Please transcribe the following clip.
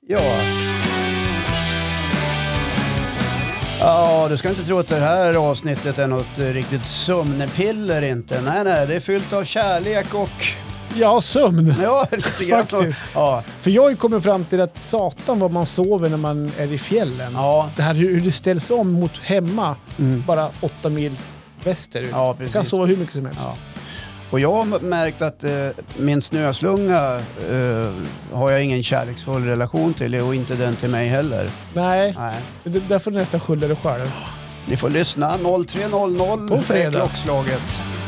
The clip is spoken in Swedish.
Ja, du ska inte tro att det här avsnittet är något riktigt sömnpiller inte. Nej, det är fyllt av kärlek och... Ja, sömn. Ja, lite grann. Faktiskt. Ja. För jag har ju kommit fram till att satan vad man sover när man är i fjällen. Ja. Det här hur det ställs om mot hemma, bara 8 mil västerut. Ja, Jag precis. kan sova hur mycket som helst. Ja. Och jag har märkt att min snöslunga har jag ingen kärleksfull relation till och inte den till mig heller. Nej, Nej. där får du nästan skylla dig själv. Ni får lyssna 03.00 på fredag. Klockslaget.